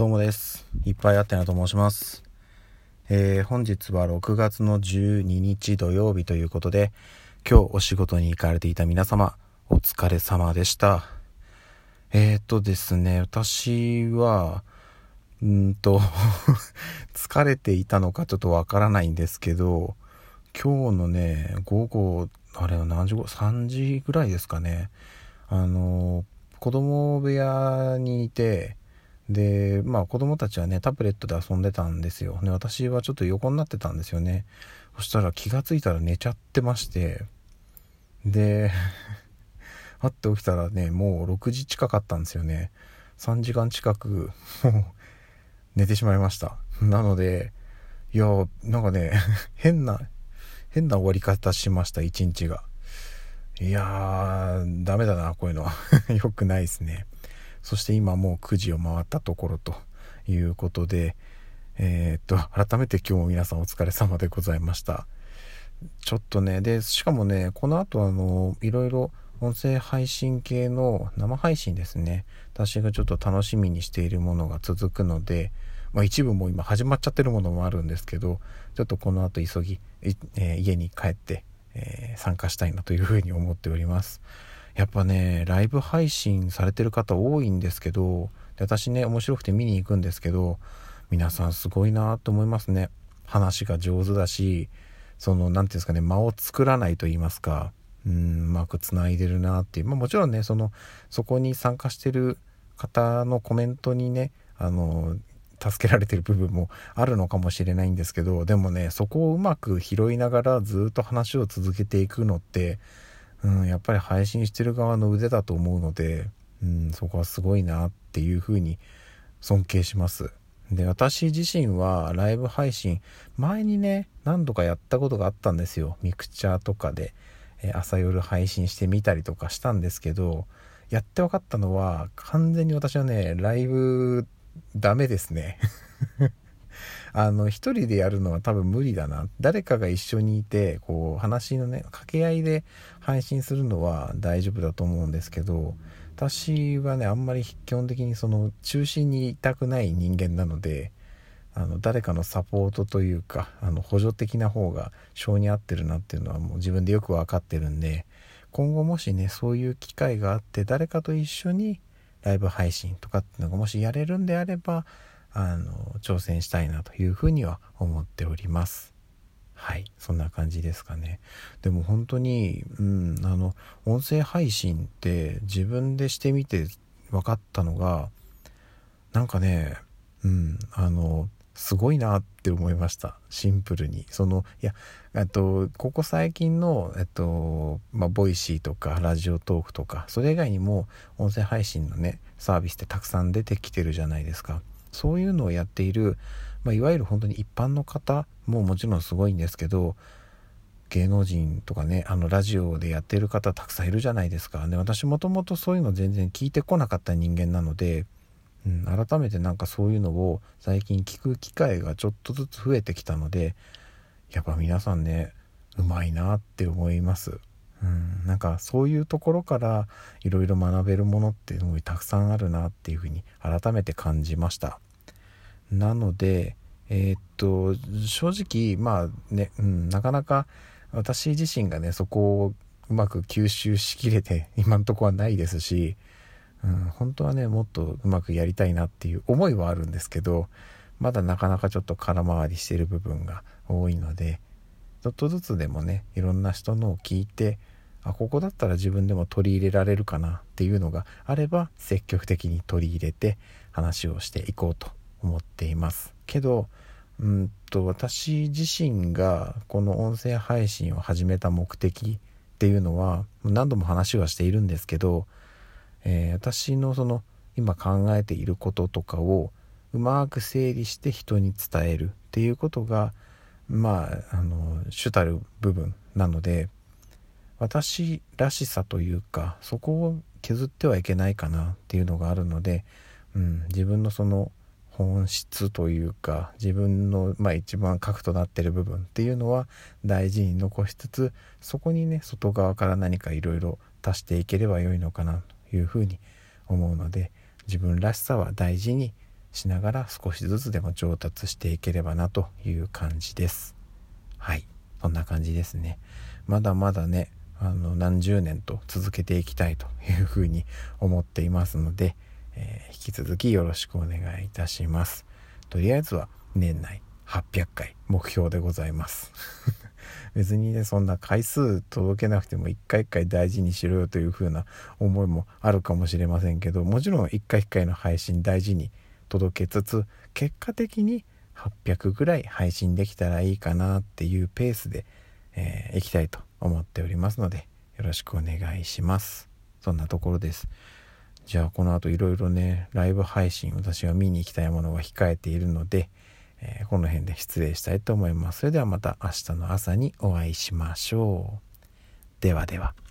どうもです。いっぱいあってなと申します。本日は6月の12日土曜日ということで、今日お仕事に行かれていた皆様、お疲れ様でした。ですね、私は、疲れていたのかちょっとわからないんですけど、今日のね、午後、何時頃 ?3 時ぐらいですかね。子供部屋にいて、で子供たちはねタブレットで遊んでたんですよね。私はちょっと横になってたんですよね。そしたら気がついたら寝ちゃってまして、で会って起きたらねもう6時近かったんですよね。3時間近くもう寝てしまいました。なのでなんかね変な終わり方しました。一日が。ダメだなこういうのは良くないですね。そして今もう9時を回ったところということで、改めて今日も皆さんお疲れ様でございました。ちょっとね、で、しかもね、この後いろいろ音声配信系の生配信ですね。私がちょっと楽しみにしているものが続くので、一部も今始まっちゃってるものもあるんですけど、ちょっとこの後急ぎ、家に帰って、参加したいなというふうに思っております。やっぱねライブ配信されてる方多いんですけど、で私ね面白くて見に行くんですけど、皆さんすごいなと思いますね。話が上手だし、なんていうんですかね、間を作らないと言いますか、うまくつないでるなっていう、もちろんねそこに参加してる方のコメントにね助けられてる部分もあるのかもしれないんですけど、でもねそこをうまく拾いながらずっと話を続けていくのってやっぱり配信してる側の腕だと思うので、そこはすごいなっていうふうに尊敬します。で、私自身はライブ配信前にね何度かやったことがあったんですよ。ミクチャとかで、朝夜配信してみたりとかしたんですけど、やって分かったのは完全に私はねライブダメですね一人でやるのは多分無理だな。誰かが一緒にいてこう話のね掛け合いで配信するのは大丈夫だと思うんですけど、私はねあんまり基本的に中心にいたくない人間なので、誰かのサポートというか補助的な方が性に合ってるなっていうのはもう自分でよく分かってるんで、今後もしねそういう機会があって誰かと一緒にライブ配信とかっていうのがもしやれるんであれば挑戦したいなというふうには思っております。はい、そんな感じですかね。でも本当に、音声配信って自分でしてみて分かったのが、なんかね、すごいなって思いました。シンプルに。ここ最近の、ボイシーとかラジオトークとか、それ以外にも音声配信のね、サービスってたくさん出てきてるじゃないですか。そういうのをやっている、いわゆる本当に一般の方ももちろんすごいんですけど、芸能人とかね、ラジオでやっている方たくさんいるじゃないですか。で、私もともとそういうの全然聞いてこなかった人間なので、改めてなんかそういうのを最近聞く機会がちょっとずつ増えてきたので、やっぱ皆さんねうまいなって思います。なんかそういうところからいろいろ学べるものってすごいたくさんあるなっていうふうに改めて感じました。なので正直なかなか私自身がねそこをうまく吸収しきれて今のところはないですし、本当はねもっとうまくやりたいなっていう思いはあるんですけど、まだなかなかちょっと空回りしている部分が多いので、ちょっとずつでもねいろんな人のを聞いて、ここだったら自分でも取り入れられるかなっていうのがあれば積極的に取り入れて話をしていこうと思っていますけど、私自身がこの音声配信を始めた目的っていうのは何度も話はしているんですけど、私の今考えていることとかをうまく整理して人に伝えるっていうことが主たる部分なので、私らしさというかそこを削ってはいけないかなっていうのがあるので、自分の本質というか自分の一番核となっている部分っていうのは大事に残しつつ、そこにね外側から何かいろいろ足していければ良いのかなというふうに思うので、自分らしさは大事にしながら少しずつでも上達していければなという感じです。はい、そんな感じですね。まだまだね何十年と続けていきたいというふうに思っていますので、引き続きよろしくお願いいたします。とりあえずは年内800回目標でございます別にねそんな回数届けなくても一回一回大事にしろよというふうな思いもあるかもしれませんけど、もちろん一回一回の配信大事に届けつつ、結果的に800ぐらい配信できたらいいかなっていうペースで、いきたいと思っておりますので、よろしくお願いします。そんなところです。じゃあこの後いろいろねライブ配信、私は見に行きたいものが控えているので、この辺で失礼したいと思います。それではまた明日の朝にお会いしましょう。ではでは。